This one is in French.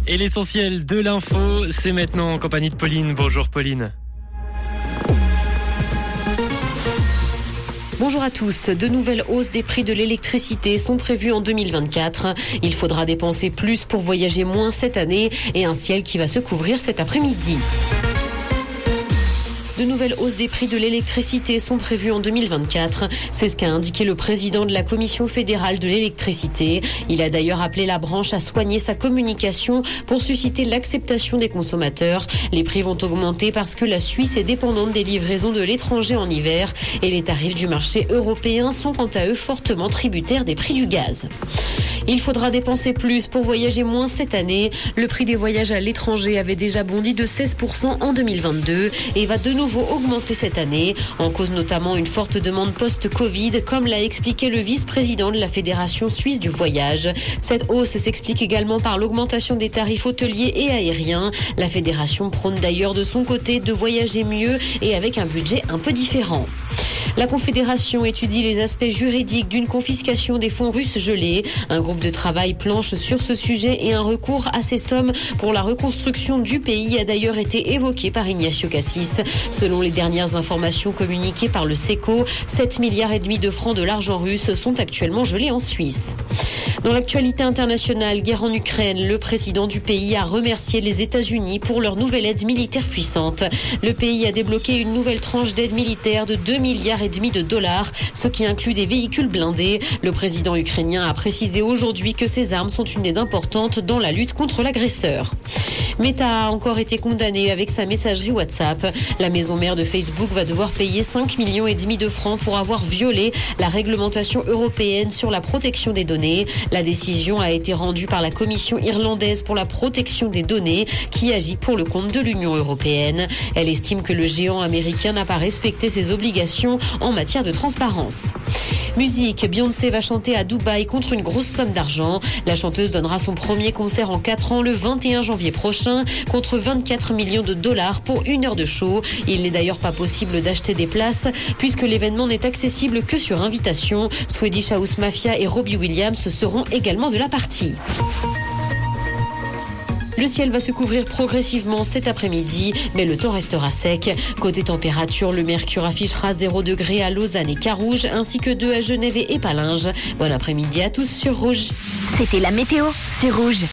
Et l'essentiel de l'info, c'est maintenant en compagnie de Pauline. Bonjour Pauline. Bonjour à tous. De nouvelles hausses des prix de l'électricité sont prévues en 2024. Il faudra dépenser plus pour voyager moins cette année et un ciel qui va se couvrir cet après-midi. De nouvelles hausses des prix de l'électricité sont prévues en 2024. C'est ce qu'a indiqué le président de la Commission fédérale de l'électricité. Il a d'ailleurs appelé la branche à soigner sa communication pour susciter l'acceptation des consommateurs. Les prix vont augmenter parce que la Suisse est dépendante des livraisons de l'étranger en hiver et les tarifs du marché européen sont quant à eux fortement tributaires des prix du gaz. Il faudra dépenser plus pour voyager moins cette année. Le prix des voyages à l'étranger avait déjà bondi de 16% en 2022 et va de nouveau augmenter cette année. En cause notamment une forte demande post-Covid, comme l'a expliqué le vice-président de la Fédération suisse du voyage. Cette hausse s'explique également par l'augmentation des tarifs hôteliers et aériens. La fédération prône d'ailleurs de son côté de voyager mieux et avec un budget un peu différent. La Confédération étudie les aspects juridiques d'une confiscation des fonds russes gelés. Un groupe de travail planche sur ce sujet et un recours à ces sommes pour la reconstruction du pays a d'ailleurs été évoqué par Ignacio Cassis. Selon les dernières informations communiquées par le SECO, 7,5 milliards de francs de l'argent russe sont actuellement gelés en Suisse. Dans l'actualité internationale, guerre en Ukraine, le président du pays a remercié les États-Unis pour leur nouvelle aide militaire puissante. Le pays a débloqué une nouvelle tranche d'aide militaire de 2,5 milliards de dollars, ce qui inclut des véhicules blindés. Le président ukrainien a précisé aujourd'hui que ces armes sont une aide importante dans la lutte contre l'agresseur. Meta a encore été condamné avec sa messagerie WhatsApp. La maison mère de Facebook va devoir payer 5,5 millions de francs pour avoir violé la réglementation européenne sur la protection des données. La décision a été rendue par la Commission irlandaise pour la protection des données qui agit pour le compte de l'Union européenne. Elle estime que le géant américain n'a pas respecté ses obligations en matière de transparence. Musique, Beyoncé va chanter à Dubaï contre une grosse somme d'argent. La chanteuse donnera son premier concert en 4 ans le 21 janvier prochain contre 24 millions de dollars pour 1 heure de show. Il n'est d'ailleurs pas possible d'acheter des places puisque l'événement n'est accessible que sur invitation. Swedish House Mafia et Robbie Williams seront également de la partie. Le ciel va se couvrir progressivement cet après-midi, mais le temps restera sec. Côté température, le mercure affichera 0 degrés à Lausanne et Carouge, ainsi que 2 à Genève et Épalinges. Bon après-midi à tous sur Rouge. C'était la météo, c'est Rouge.